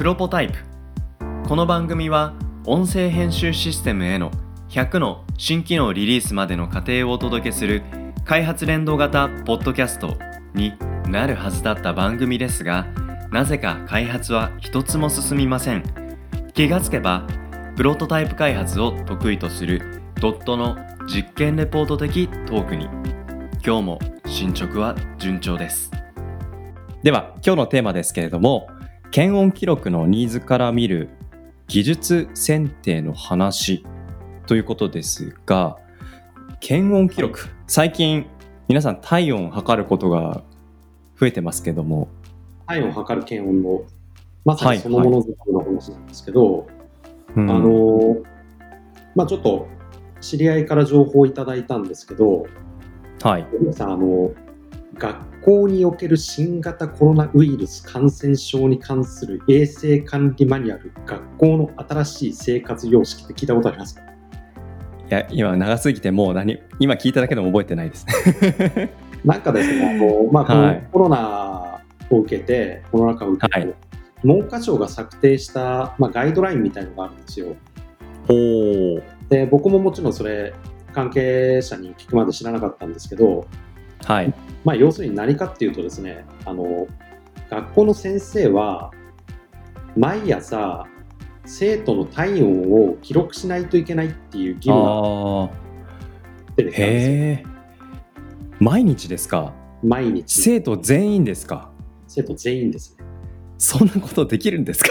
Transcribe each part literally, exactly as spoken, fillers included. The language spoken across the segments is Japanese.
プロポタイプ。この番組は音声編集システムへのひゃくの新機能リリースまでの過程をお届けする開発連動型ポッドキャストになるはずだった番組ですが、なぜか開発は一つも進みません。気がつけばプロトタイプ開発を得意とするドットの実験レポート的トークに、今日も進捗は順調です。では今日のテーマですけれども、検温記録のニーズから見る技術選定の話ということですが、検温記録、はい、最近皆さん体温を測ることが増えてますけども、 体温を測る検温のまさにそのものづくりの話なんですけど、はいはい、あのまあちょっと知り合いから情報をいただいたんですけど、はい、皆さんあの学校における新型コロナウイルス感染症に関する衛生管理マニュアル、学校の新しい生活様式って聞いたことありますか？ いや、今長すぎてもう何今聞いただけでも覚えてないですなんかですね、あの、まあ、このコロナを受けて、はい、コロナ禍を受けて、はい、文科省が策定した、まあ、ガイドラインみたいなのがあるんですよ。 おで、僕ももちろんそれ関係者に聞くまで知らなかったんですけど、 はい、 まあ、要するに何かっていうとですね、あの学校の先生は毎朝生徒の体温を記録しないといけないっていう義務が出てきたんですよ。 へー、毎日ですか？ 毎日。 生徒全員ですか？ 生徒全員ですね。 そんなことできるんですか？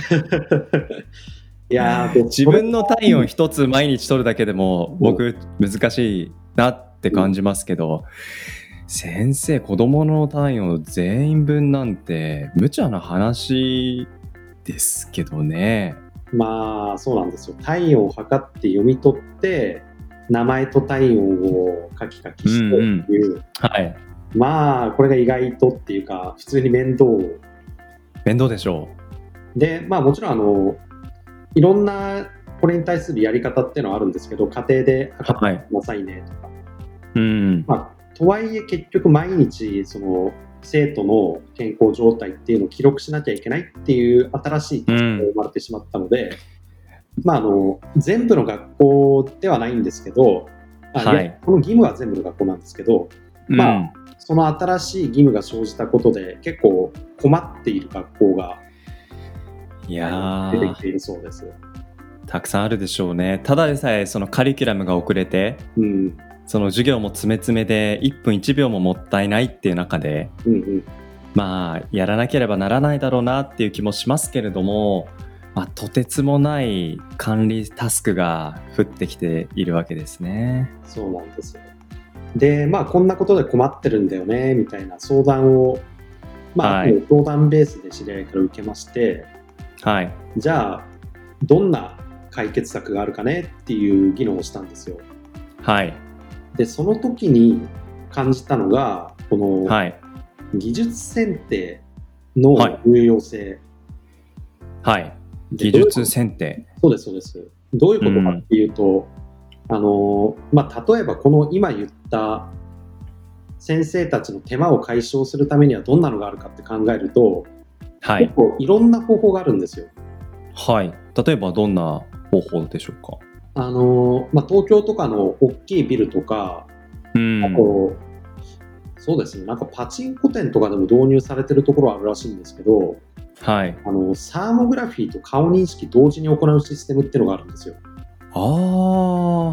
いや自分の体温一つ毎日取るだけでも僕難しいなって感じますけど、うん、先生子供の体温全員分なんて無茶な話ですけどね。 まあそうなんですよ。体温を測って読み取って名前と体温をカキカキしてっていう、うんうん、 はい、 まあこれが意外とっていうか普通に面倒面倒でしょう。でまあもちろんあのいろんなこれに対するやり方っていうのはあるんですけど、家庭で測ってくださいねとか、はい、 うんまあ、とはいえ結局毎日その生徒の健康状態っていうのを記録しなきゃいけないっていう新しい立場が生まれてしまったので、うんまあ、あの全部の学校ではないんですけど、はい、この義務は全部の学校なんですけど、うんまあ、その新しい義務が生じたことで結構困っている学校がいや出てきているそうです。 たくさんあるでしょうね。ただでさえそのカリキュラムが遅れて、うん、その授業も詰め詰めでいっぷんいちびょうももったいないっていう中で、うんうん、まあやらなければならないだろうなっていう気もしますけれども、まあ、とてつもない管理タスクが降ってきているわけですね。 そうなんですよ。でまあこんなことで困ってるんだよねみたいな相談を、まあ、はい、相談ベースで知り合いから受けまして、はい、じゃあどんな解決策があるかねっていう議論をしたんですよ。 はい。 でその時に感じたのがこの技術選定の重要性。 はい。はい、技術選定。 そうですそうです。どういうことかっていうと、うん、あのまあ例えばこの今言った先生たちの手間を解消するためにはどんなのがあるかって考えると、はい、結構いろんな方法があるんですよ。 はい。例えばどんな方法でしょうか？ あのまあ、東京とかの大きいビルとか、うん、あとそうですね、なんかパチンコ店とかでも導入されてるところはあるらしいんですけど、はい、あのサーモグラフィーと顔認識同時に行うシステムっていうのがあるんですよ。 ああ、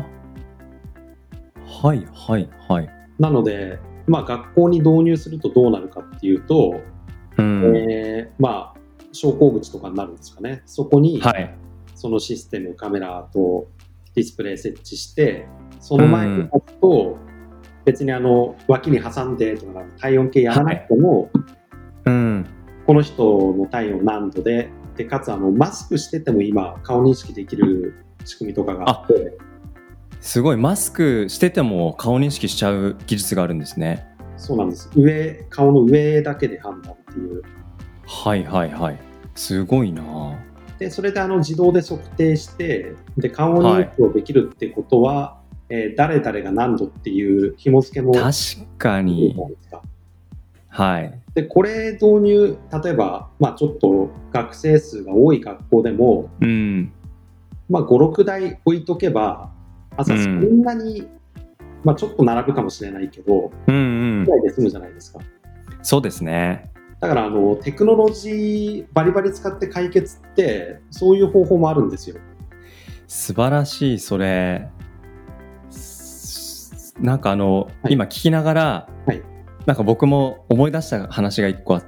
はいはいはい。 なので、まあ、学校に導入するとどうなるかっていうと、うんえー、まあ昇降口とかになるんですかね。そこに、はい、そのシステムカメラとディスプレイ設置して、その前に立つと、うん、別にあの脇に挟んでとか体温計やらなくても、はいうん、この人の体温何度で、でかつあのマスクしてても今顔認識できる仕組みとかがあって、 すごい、マスクしてても顔認識しちゃう技術があるんですね。 そうなんです。上、顔の上だけで判断っていう。 はいはいはい。すごいな。 でそれであの自動で測定してで顔認識をできるってことは、はいえー、誰々が何度っていう紐付けも確かにはい。 で、これ導入、例えば、まあちょっと学生数が多い学校でも、 うん、 まあご、ろくだい置いとけば、朝そんなに、うん、まあちょっと並ぶかもしれないけど、 うんうん。 ぐらいで済むじゃないですか。 そうですね。 だからあのテクノロジーバリバリ使って解決ってそういう方法もあるんですよ。 素晴らしい。それなんかあの、はい、今聞きながら、はい、なんか僕も思い出した話が一個あって、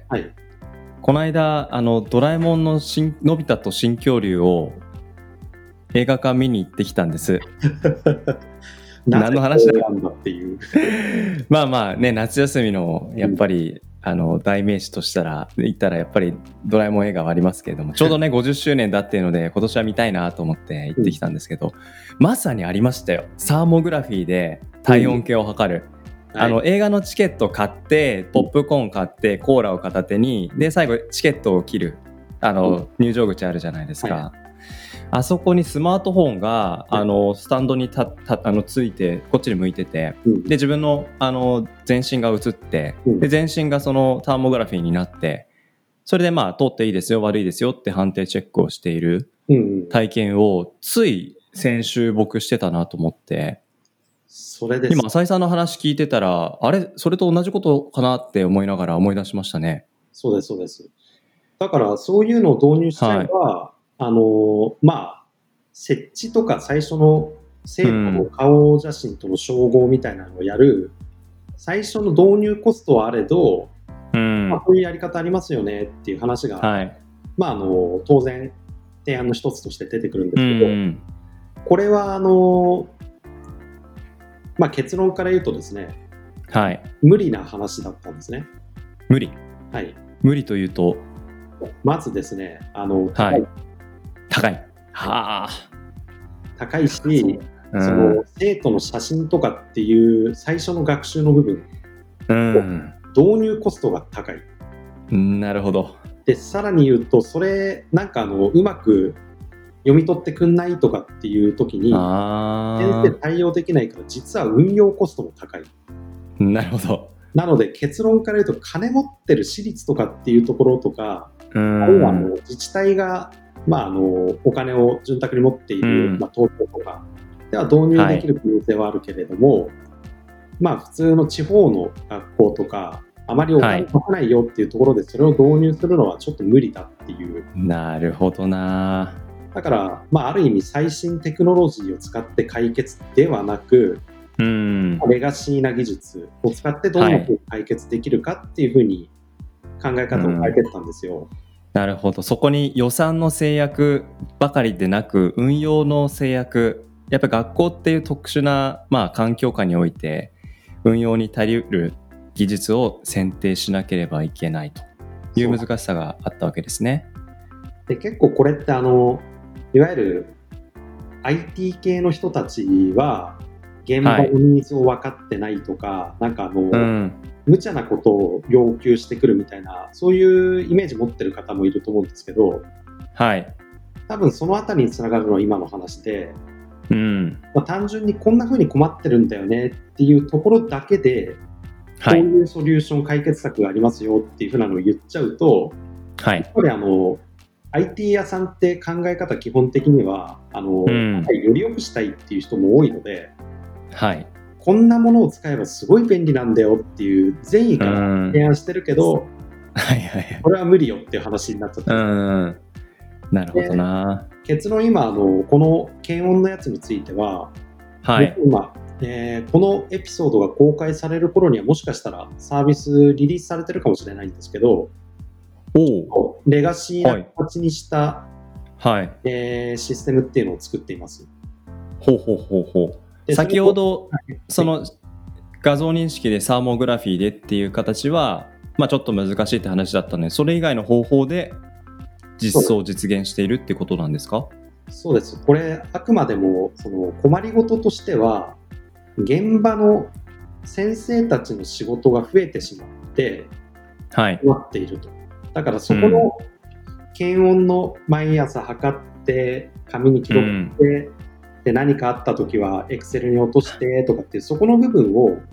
はい、この間あのドラえもんの新のび太と新恐竜を映画館見に行ってきたんです何の話だんだっていうまあまあね、夏休みのやっぱり、うん、あの代名詞としたら言ったらやっぱりドラえもん映画はありますけれども、ちょうどねごじゅっしゅうねんだっていうので今年は見たいなと思って行ってきたんですけど、うん、まさにありましたよ。サーモグラフィーで体温計を測る、うん、あの、はい、映画のチケット買ってポップコーン買ってコーラを片手にで最後チケットを切るあの、うん、入場口あるじゃないですか、はい、あそこにスマートフォンがあのスタンドにたたあのついてこっちに向いてて、うん、で自分のあの全身が映って、うん、で全身がそのターモグラフィーになって、それでまあ通っていいですよ悪いですよって判定チェックをしている体験をつい先週僕してたなと思って、 それです。 今浅井さんの話聞いてたらあれそれと同じことかなって思いながら思い出しましたね。 そうですそうです。だからそういうのを導入しちゃえば、はい、あのまあ設置とか最初の生徒の顔写真との照合みたいなのをやる、うん、最初の導入コストはあれど、うんまあ、こういうやり方ありますよねっていう話が、はい、まああの当然提案の一つとして出てくるんですけど、うん、これはあの、まあ、結論から言うとですね、はい、無理な話だったんですね。 無理、 はい、 無理というとまずですねあの高い、はい、 高いはあ、 高いし、うん、その生徒の写真とかっていう最初の学習の部分、うん、導入コストが高い。 なるほど。 でさらに言うとそれなんかあのうまく読み取ってくんないとかっていう時に先生対応できないから実は運用コストも高い。 なるほど。 なので結論から言うと金持ってる私立とかっていうところとか、うん、あるいはあの自治体がまあ、あのお金を潤沢に持っている、うんまあ、東京とかでは導入できる可能性はあるけれども、はい、まあ普通の地方の学校とかあまりお金かかないよっていうところでそれを導入するのはちょっと無理だっていう。 なるほどな。 だから、まあ、ある意味最新テクノロジーを使って解決ではなく、うん、レガシーな技術を使ってどんなふうに解決できるかっていうふうに考え方を変えていったんですよ。うんなるほど。そこに予算の制約ばかりでなく運用の制約、やっぱり学校っていう特殊な、まあ、環境下において運用に足りうる技術を選定しなければいけないという難しさがあったわけですね。 で結構これってあのいわゆる アイティー 系の人たちは現場のニーズを分かってないとか、はい、なんかあの、うん無茶なことを要求してくるみたいなそういうイメージ持ってる方もいると思うんですけど、はい、多分そのあたりにつながるのは今の話で、うんまあ、単純にこんな風に困ってるんだよねっていうところだけで、はい、こういうソリューション解決策がありますよっていう風なのを言っちゃうと、はい、やっぱりあの アイティー 屋さんって考え方基本的にはあの、うん、より良くしたいっていう人も多いので、はいこんなものを使えばすごい便利なんだよっていう善意から提案してるけど、はいはい、これは無理よっていう話になっちゃった。 うんなるほどな。 結論今あのこの検温のやつについては、はい、今、えー、このエピソードが公開される頃にはもしかしたらサービスリリースされてるかもしれないんですけど、おレガシーな形にした、はいえー、システムっていうのを作っています。 ほうほうほうほう。先ほどその画像認識でサーモグラフィーでっていう形は、まあ、ちょっと難しいって話だったのでそれ以外の方法で実装実現しているってことなんですか？ そうです。これあくまでもその困りごととしては現場の先生たちの仕事が増えてしまってなっていると、はい、だからそこの検温の毎朝測って紙に記録して、うんで何かあった時は Excel に落としてとかっていうそこの部分を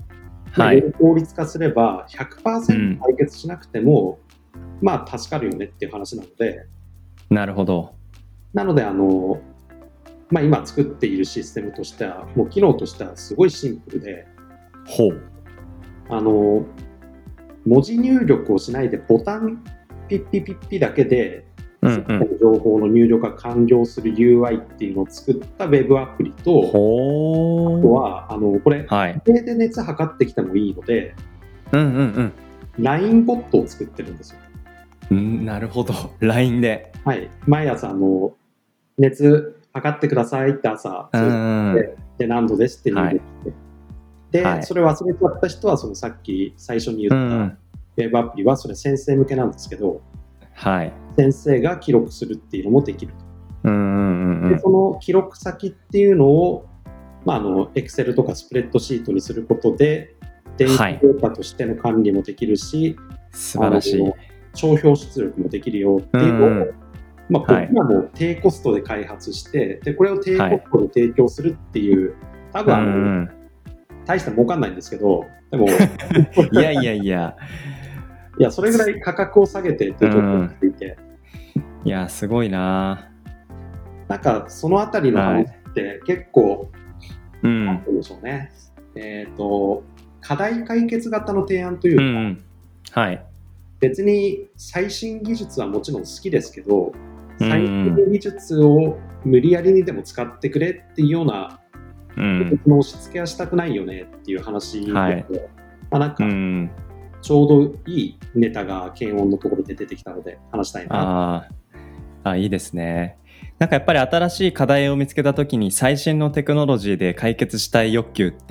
まあ、より効率化すれば ひゃくパーセント 解決しなくても、うん、まあ助かるよねっていう話なので。 なるほど。 なのであの、まあ、今作っているシステムとしてはもう機能としてはすごいシンプルで、 ほう、 あの文字入力をしないでボタンピッピピッピだけで、うんうん、情報の入力が完了する ユーアイ っていうのを作ったウェブアプリと、 ほあとはあのこれ、 はい、 家庭で熱測ってきてもいいので、 うんうんうん、 ライン ボットを作ってるんですよ。 うん、なるほど。ライン で、 はい、毎朝あの熱測ってくださいって朝通知して、で何度ですって入力して、はい、で、はい、それ忘れちゃった人はそのさっき最初に言ったウェブアプリはそれ先生向けなんですけど、 はい、 先生が記録するっていうのもできると。 うんうんうん、 でその記録先っていうのを、まあ、あの Excel とかスプレッドシートにすることで電子データとしての管理もできるし、はい、 素晴らしい商標出力もできるよっていうのを、うんうんまあ、僕らも低コストで開発して、はい、でこれを低コストで提供するっていう、はい、多分あの、うん、大して儲かんないんですけど、でもいやいやいやいやそれぐらい価格を下げてっていう状況になっていて、 うん、いやすごいな。 なんかそのあたりの話って結構、はい、なんて言うんでしょうね、えっと課題解決型の提案というか、 うんはい、 別に最新技術はもちろん好きですけど、最新技術を無理やりにでも使ってくれっていうような、うん、押し付けはしたくないよねっていう話で、はいまあ、なんかちょうどいいネタが検温のところで出てきたので話したいな。 ああ、いいですね。なんかやっぱり新しい課題を見つけたときに最新のテクノロジーで解決したい欲求って、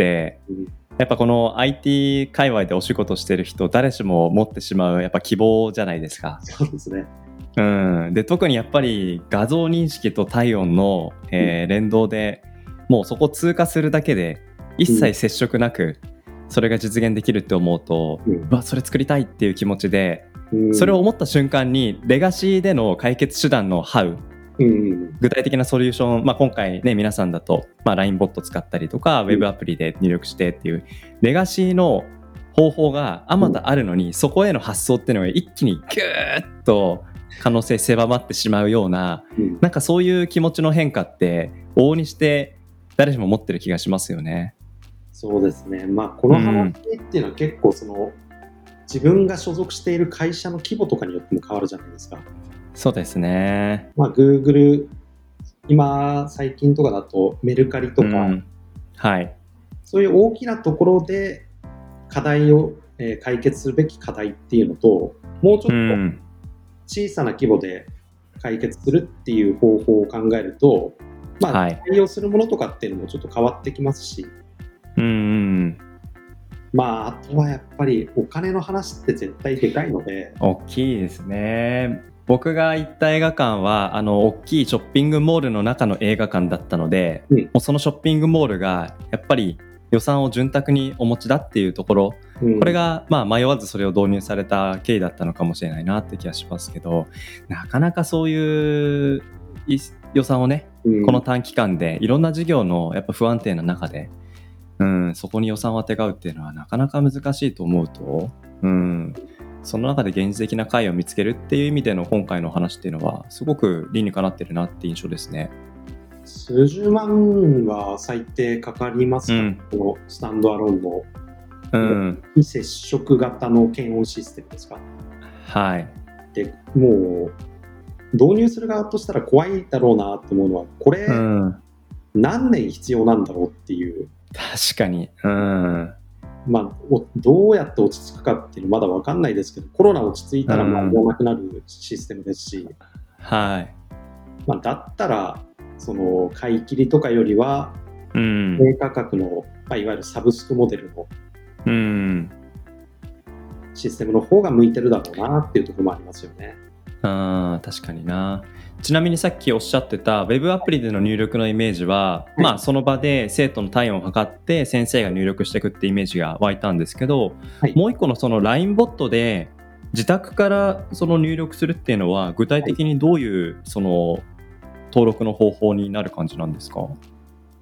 うん、やっぱこの アイティー 界隈でお仕事してる人誰しも持ってしまうやっぱ希望じゃないですか。 そうですね。 うん、で特にやっぱり画像認識と体温の、えー、連動でもうそこ通過するだけで一切接触なくそれが実現できるって思うと、うん、わそれ作りたいっていう気持ちで、うん、それを思った瞬間にレガシーでの解決手段の How、うん、具体的なソリューション、まあ、今回ね皆さんだと、まあ、ライン ボット使ったりとか、うん、ウェブアプリで入力してっていうレガシーの方法があまたあるのに、うん、そこへの発想っていうのが一気にギューッと可能性狭まってしまうような、うん、なんかそういう気持ちの変化って往々にして誰しも持ってる気がしますよね。 そうですね、まあ、この話っていうのは結構その、うん、自分が所属している会社の規模とかによっても変わるじゃないですか。 そうですね、 まあ、Google 今最近とかだとメルカリとか、うんはい、 そういう大きなところで課題を、えー、解決するべき課題っていうのともうちょっと、うん小さな規模で解決するっていう方法を考えると、まあ、対応するものとかっていうのもちょっと変わってきますし、 うん、 まあ、あとはやっぱりお金の話って絶対でかいので。 大きいですね。僕が行った映画館はあの大きいショッピングモールの中の映画館だったので、うん、もうそのショッピングモールがやっぱり予算を潤沢にお持ちだっていうところ、うん、これがまあ迷わずそれを導入された経緯だったのかもしれないなって気がしますけど、なかなかそういう予算をね、うん、この短期間でいろんな事業のやっぱ不安定な中で、うん、そこに予算をあてがうっていうのはなかなか難しいと思うと、うん、その中で現実的な解を見つけるっていう意味での今回の話っていうのはすごく理にかなってるなって印象ですね。 数十万は最低かかりますか、うん、このスタンドアローンの、うん、非接触型の検温システムですか。 はい。 でもう導入する側としたら怖いだろうなと思うのはこれ、うん、何年必要なんだろうっていう。 確かに、うんまあ、どうやって落ち着くかっていうのはまだ分かんないですけど、コロナ落ち着いたらまあもうなくなるシステムですし、うん、 はいまあ、だったらその買い切りとかよりは、うん、低価格の、まあ、いわゆるサブスクモデルの、うん、システムの方が向いてるだろうなっていうところもありますよね。 あ、確かにな。ちなみにさっきおっしゃってたウェブアプリでの入力のイメージは、はい、まあその場で生徒の体温を測って先生が入力していくってイメージが湧いたんですけど、はい、もう一個のその ライン ボットで自宅からその入力するっていうのは具体的にどういうその登録の方法になる感じなんですか？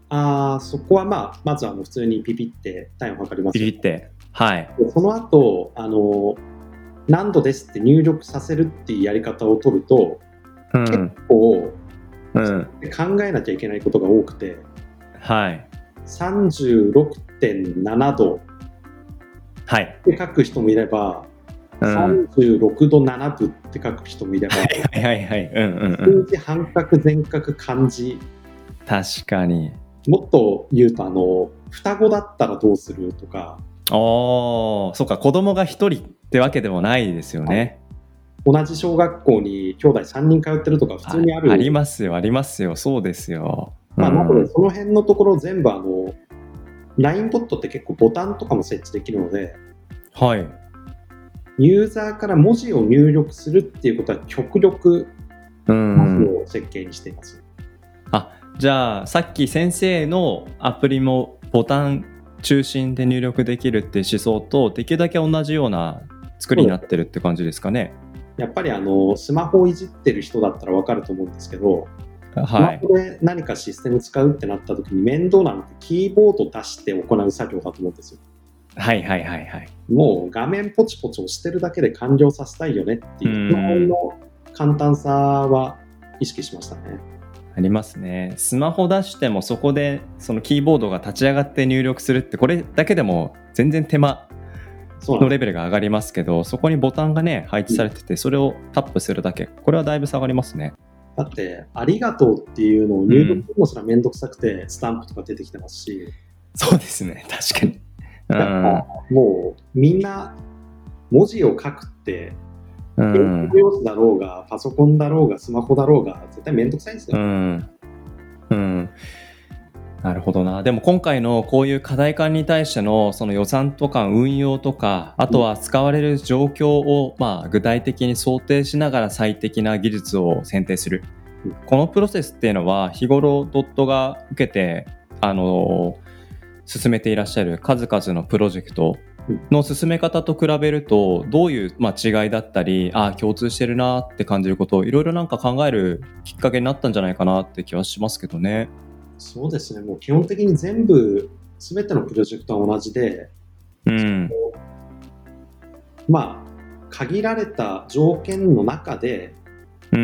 あそこは、まあ、まずあの普通にピピって体温を測ります。 ピピって、はい。 その後あの何度ですって入力させるっていうやり方を取ると、うん、結構、うん、考えなきゃいけないことが多くて、 はい、 さんじゅうろくてんななどって書く人もいれば、はい、さんじゅうろくどななぶって書く人もいれば、 はいはいはい、うんうんうん、 数字半角全角漢字、 確かにもっと言うとあの双子だったらどうするとか、 ああ、そうか、子供がひとりってわけでもないですよね。 同じ小学校に兄弟さんにん通ってるとか普通にある。 あ、ありますよありますよ、そうですよ。 まあ、なのでその辺のところ全部あの ライン ボットって結構ボタンとかも設置できるので、 はい、 ユーザーから文字を入力するっていうことは極力文字を設計にしています。 あ、じゃあさっき先生のアプリもボタン中心で入力できるって思想とできるだけ同じような作りになってるって感じですかね。 やっぱりあのスマホをいじってる人だったら分かると思うんですけど、 はい、 スマホで何かシステム使うってなった時に面倒なのってキーボード出して行う作業だと思うんですよ。 はいはいはいはい。 もう画面ポチポチ押してるだけで完了させたいよねっていうその簡単さは意識しましたね。 ありますね。スマホ出してもそこでそのキーボードが立ち上がって入力するって、これだけでも全然手間のレベルが上がりますけど、 そ, そこにボタンがね配置されてて、それをタップするだけ、これはだいぶ下がりますね。 だってありがとうっていうのを入力するのすらめんどくさくて、うん、スタンプとか出てきてますし。 そうですね、確かに。 うん、もうみんな文字を書くってペン用紙だろうがパソコンだろうがスマホだろうが絶対めんどくさいんですよ。 うん、うん、なるほどな。でも今回のこういう課題感に対してのその予算とか運用とか、あとは使われる状況をまあ具体的に想定しながら最適な技術を選定する、うん、このプロセスっていうのは日頃ドットが受けてあの進めていらっしゃる数々のプロジェクトの進め方と比べるとどういう、まあ、違いだったり、あ、共通してるなって感じることをいろいろなんか考えるきっかけになったんじゃないかなって気はしますけどね。 そうですね、もう基本的に全部全てのプロジェクトは同じで、うん、まあ限られた条件の中で、うん、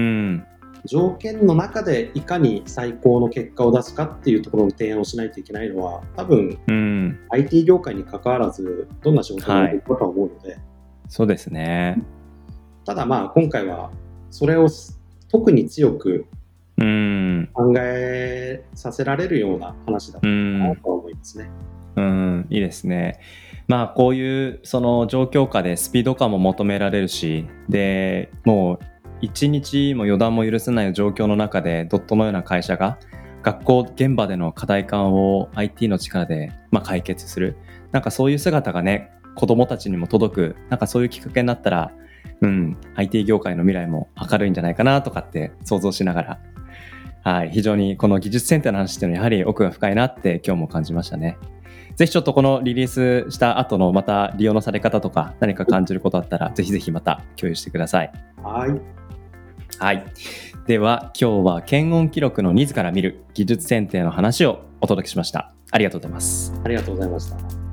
条件の中でいかに最高の結果を出すかっていうところの提案をしないといけないのは多分、うん、アイティー 業界に関わらずどんな仕事もできると思うので、はい、 そうですね。 ただまあ今回はそれを特に強く考えさせられるような話だったなと思いますね。 うん、うん、いいですね。まあこういうその状況下でスピード感も求められるし、でもう一日も予断も許せない状況の中でドットのような会社が学校現場での課題感を アイティー の力でまあ解決する、なんかそういう姿がね子どもたちにも届く、なんかそういうきっかけになったら、うん、アイティー 業界の未来も明るいんじゃないかなとかって想像しながら、はい、非常にこの技術選定の話っていうのはやはり奥が深いなって今日も感じましたね。ぜひちょっとこのリリースした後のまた利用のされ方とか何か感じることあったらぜひぜひまた共有してください。 はい。 はい。では今日は検温記録の自ら見る技術選定の話をお届けしました。ありがとうございます。 ありがとうございました。